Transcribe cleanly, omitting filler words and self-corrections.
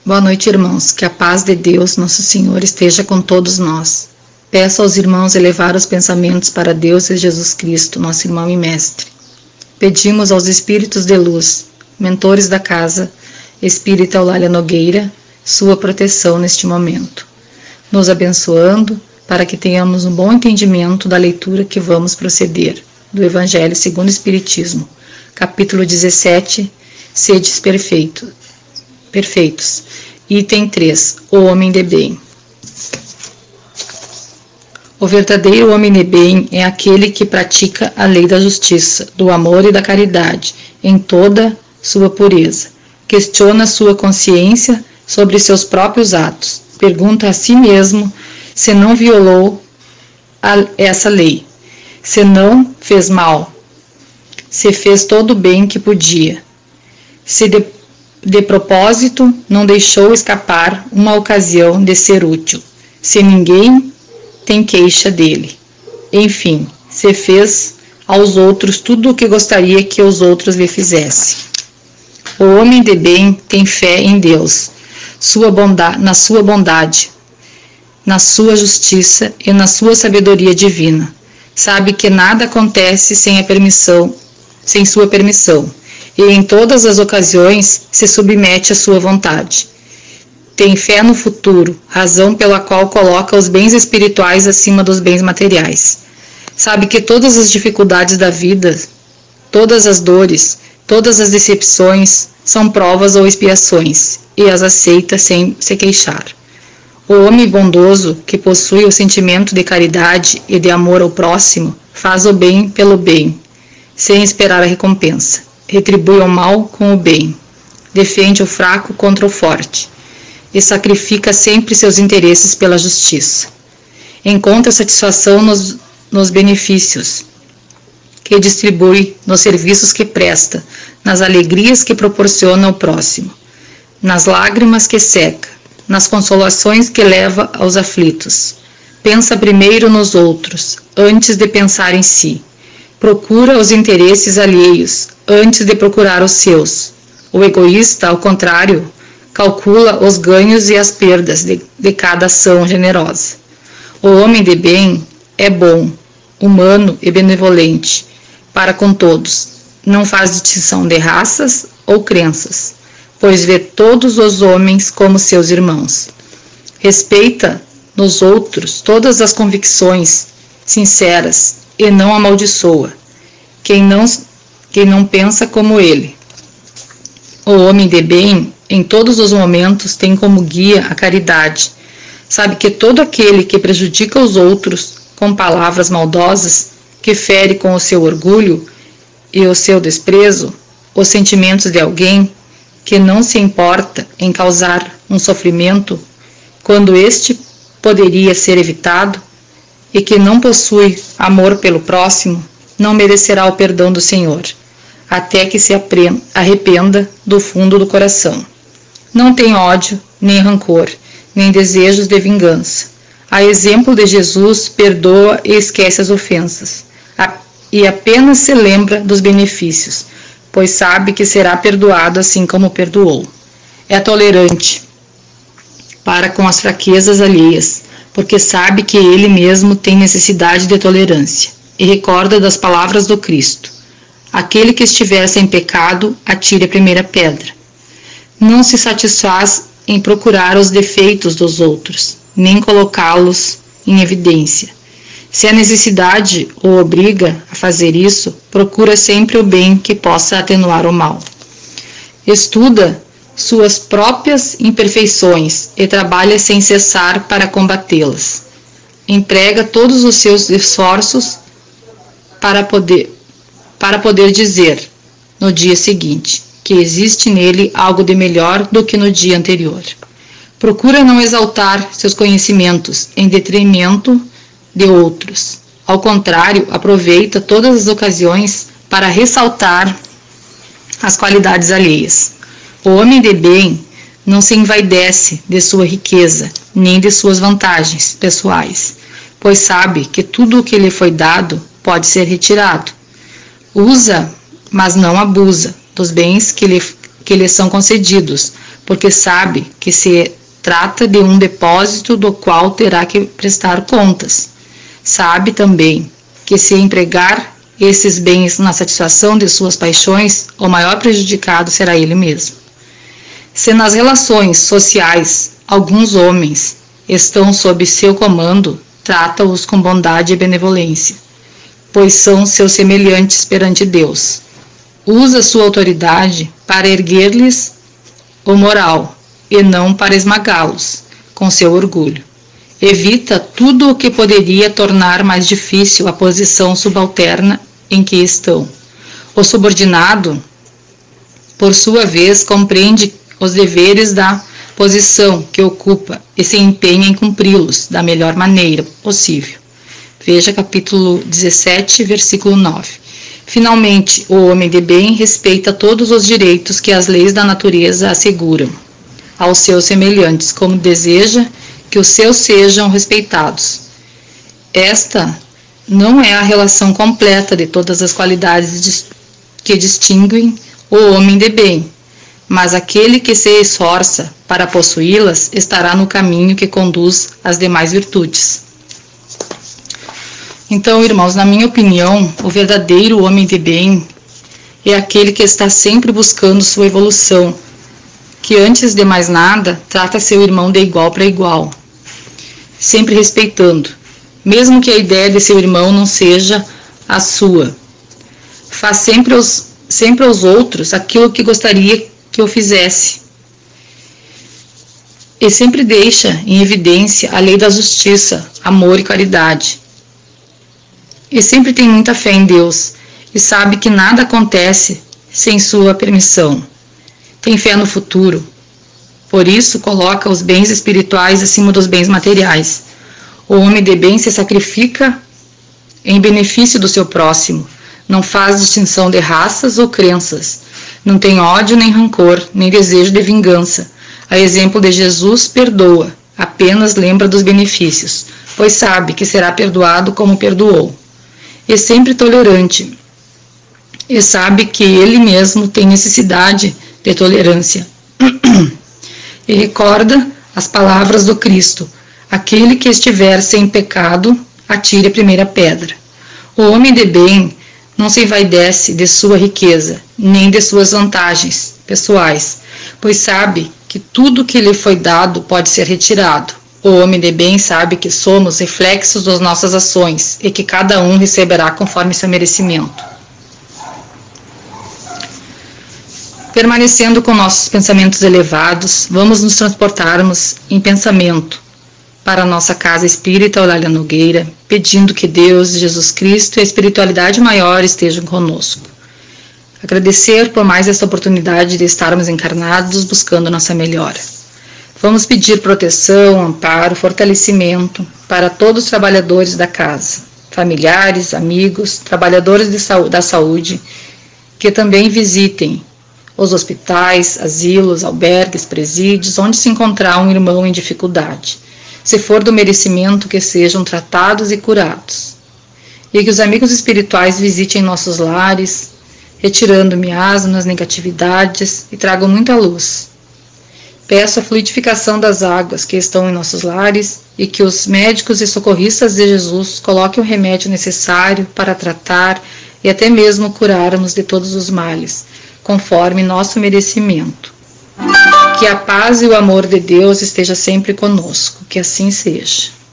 Boa noite, irmãos. Que a paz de Deus, nosso Senhor, esteja com todos nós. Peço aos irmãos elevar os pensamentos para Deus e Jesus Cristo, nosso irmão e mestre. Pedimos aos espíritos de luz, mentores da casa, Espírita Eulália Nogueira, sua proteção neste momento, nos abençoando para que tenhamos um bom entendimento da leitura que vamos proceder do Evangelho segundo o Espiritismo, capítulo 17, Sedes perfeitos. Item 3. O homem de bem. O verdadeiro homem de bem é aquele que pratica a lei da justiça, do amor e da caridade, em toda sua pureza. Questiona sua consciência sobre seus próprios atos. Pergunta a si mesmo se não violou essa lei, se não fez mal, se fez todo o bem que podia, se de propósito não deixou escapar uma ocasião de ser útil, se ninguém tem queixa dele. Enfim, se fez aos outros tudo o que gostaria que os outros lhe fizessem. O homem de bem tem fé em Deus, na sua bondade, na sua justiça e na sua sabedoria divina. Sabe que nada acontece sem sua permissão, e em todas as ocasiões se submete à sua vontade. Tem fé no futuro, razão pela qual coloca os bens espirituais acima dos bens materiais. Sabe que todas as dificuldades da vida, todas as dores, todas as decepções são provas ou expiações, e as aceita sem se queixar. O homem bondoso, que possui o sentimento de caridade e de amor ao próximo, faz o bem pelo bem, sem esperar a recompensa. Retribui o mal com o bem, defende o fraco contra o forte, e sacrifica sempre seus interesses pela justiça. Encontra satisfação nos benefícios que distribui, nos serviços que presta, nas alegrias que proporciona ao próximo, nas lágrimas que seca, nas consolações que leva aos aflitos. Pensa primeiro nos outros, antes de pensar em si. Procura os interesses alheios, antes de procurar os seus. O egoísta, ao contrário, calcula os ganhos e as perdas de cada ação generosa. O homem de bem é bom, humano e benevolente para com todos. Não faz distinção de raças ou crenças, pois vê todos os homens como seus irmãos. Respeita nos outros todas as convicções sinceras e não amaldiçoa quem não pensa como ele. O homem de bem, em todos os momentos, tem como guia a caridade. Sabe que todo aquele que prejudica os outros com palavras maldosas, que fere com o seu orgulho e o seu desprezo os sentimentos de alguém, que não se importa em causar um sofrimento quando este poderia ser evitado, e que não possui amor pelo próximo, não merecerá o perdão do Senhor, até que se arrependa do fundo do coração. Não tem ódio, nem rancor, nem desejos de vingança. A exemplo de Jesus, perdoa e esquece as ofensas, e apenas se lembra dos benefícios, pois sabe que será perdoado assim como perdoou. É tolerante para com as fraquezas alheias, porque sabe que ele mesmo tem necessidade de tolerância, e recorda das palavras do Cristo: aquele que estiver sem pecado, atire a primeira pedra. Não se satisfaz em procurar os defeitos dos outros, nem colocá-los em evidência. Se a necessidade o obriga a fazer isso, procura sempre o bem que possa atenuar o mal. Estuda suas próprias imperfeições e trabalha sem cessar para combatê-las. Emprega todos os seus esforços para poder dizer, no dia seguinte, que existe nele algo de melhor do que no dia anterior. Procura não exaltar seus conhecimentos em detrimento de outros. Ao contrário, aproveita todas as ocasiões para ressaltar as qualidades alheias. O homem de bem não se envaidece de sua riqueza, nem de suas vantagens pessoais, pois sabe que tudo o que lhe foi dado pode ser retirado. Usa, mas não abusa, dos bens que que lhe são concedidos, porque sabe que se trata de um depósito do qual terá que prestar contas. Sabe também que se empregar esses bens na satisfação de suas paixões, o maior prejudicado será ele mesmo. Se nas relações sociais alguns homens estão sob seu comando, trata-os com bondade e benevolência, pois são seus semelhantes perante Deus. Usa sua autoridade para erguer-lhes o moral e não para esmagá-los com seu orgulho. Evita tudo o que poderia tornar mais difícil a posição subalterna em que estão. O subordinado, por sua vez, compreende os deveres da posição que ocupa e se empenha em cumpri-los da melhor maneira possível. Veja capítulo 17, versículo 9. Finalmente, o homem de bem respeita todos os direitos que as leis da natureza asseguram aos seus semelhantes, como deseja que os seus sejam respeitados. Esta não é a relação completa de todas as qualidades que distinguem o homem de bem, mas aquele que se esforça para possuí-las estará no caminho que conduz às demais virtudes. Então, irmãos, na minha opinião, o verdadeiro homem de bem é aquele que está sempre buscando sua evolução, que antes de mais nada trata seu irmão de igual para igual, sempre respeitando, mesmo que a ideia de seu irmão não seja a sua. Faz sempre aos outros aquilo que gostaria que eu fizesse. E sempre deixa em evidência a lei da justiça, amor e caridade. E sempre tem muita fé em Deus e sabe que nada acontece sem sua permissão. Tem fé no futuro. Por isso, coloca os bens espirituais acima dos bens materiais. O homem de bem se sacrifica em benefício do seu próximo. Não faz distinção de raças ou crenças. Não tem ódio nem rancor, nem desejo de vingança. A exemplo de Jesus, perdoa. Apenas lembra dos benefícios, pois sabe que será perdoado como perdoou. É sempre tolerante. E sabe que ele mesmo tem necessidade de tolerância. E recorda as palavras do Cristo: aquele que estiver sem pecado, atire a primeira pedra. O homem de bem não se envaidece de sua riqueza, nem de suas vantagens pessoais, pois sabe que tudo que lhe foi dado pode ser retirado. O homem de bem sabe que somos reflexos das nossas ações e que cada um receberá conforme seu merecimento. Permanecendo com nossos pensamentos elevados, vamos nos transportarmos em pensamento para a nossa casa espírita Eulália Nogueira, pedindo que Deus, Jesus Cristo e a espiritualidade maior estejam conosco. Agradecer por mais esta oportunidade de estarmos encarnados buscando nossa melhora. Vamos pedir proteção, amparo, fortalecimento para todos os trabalhadores da casa, familiares, amigos, trabalhadores da saúde, que também visitem os hospitais, asilos, albergues, presídios, onde se encontrar um irmão em dificuldade. Se for do merecimento, que sejam tratados e curados. E que os amigos espirituais visitem nossos lares, retirando miasmas, negatividades e tragam muita luz. Peço a fluidificação das águas que estão em nossos lares e que os médicos e socorristas de Jesus coloquem o remédio necessário para tratar e até mesmo curarmos de todos os males, conforme nosso merecimento. Que a paz e o amor de Deus esteja sempre conosco, que assim seja.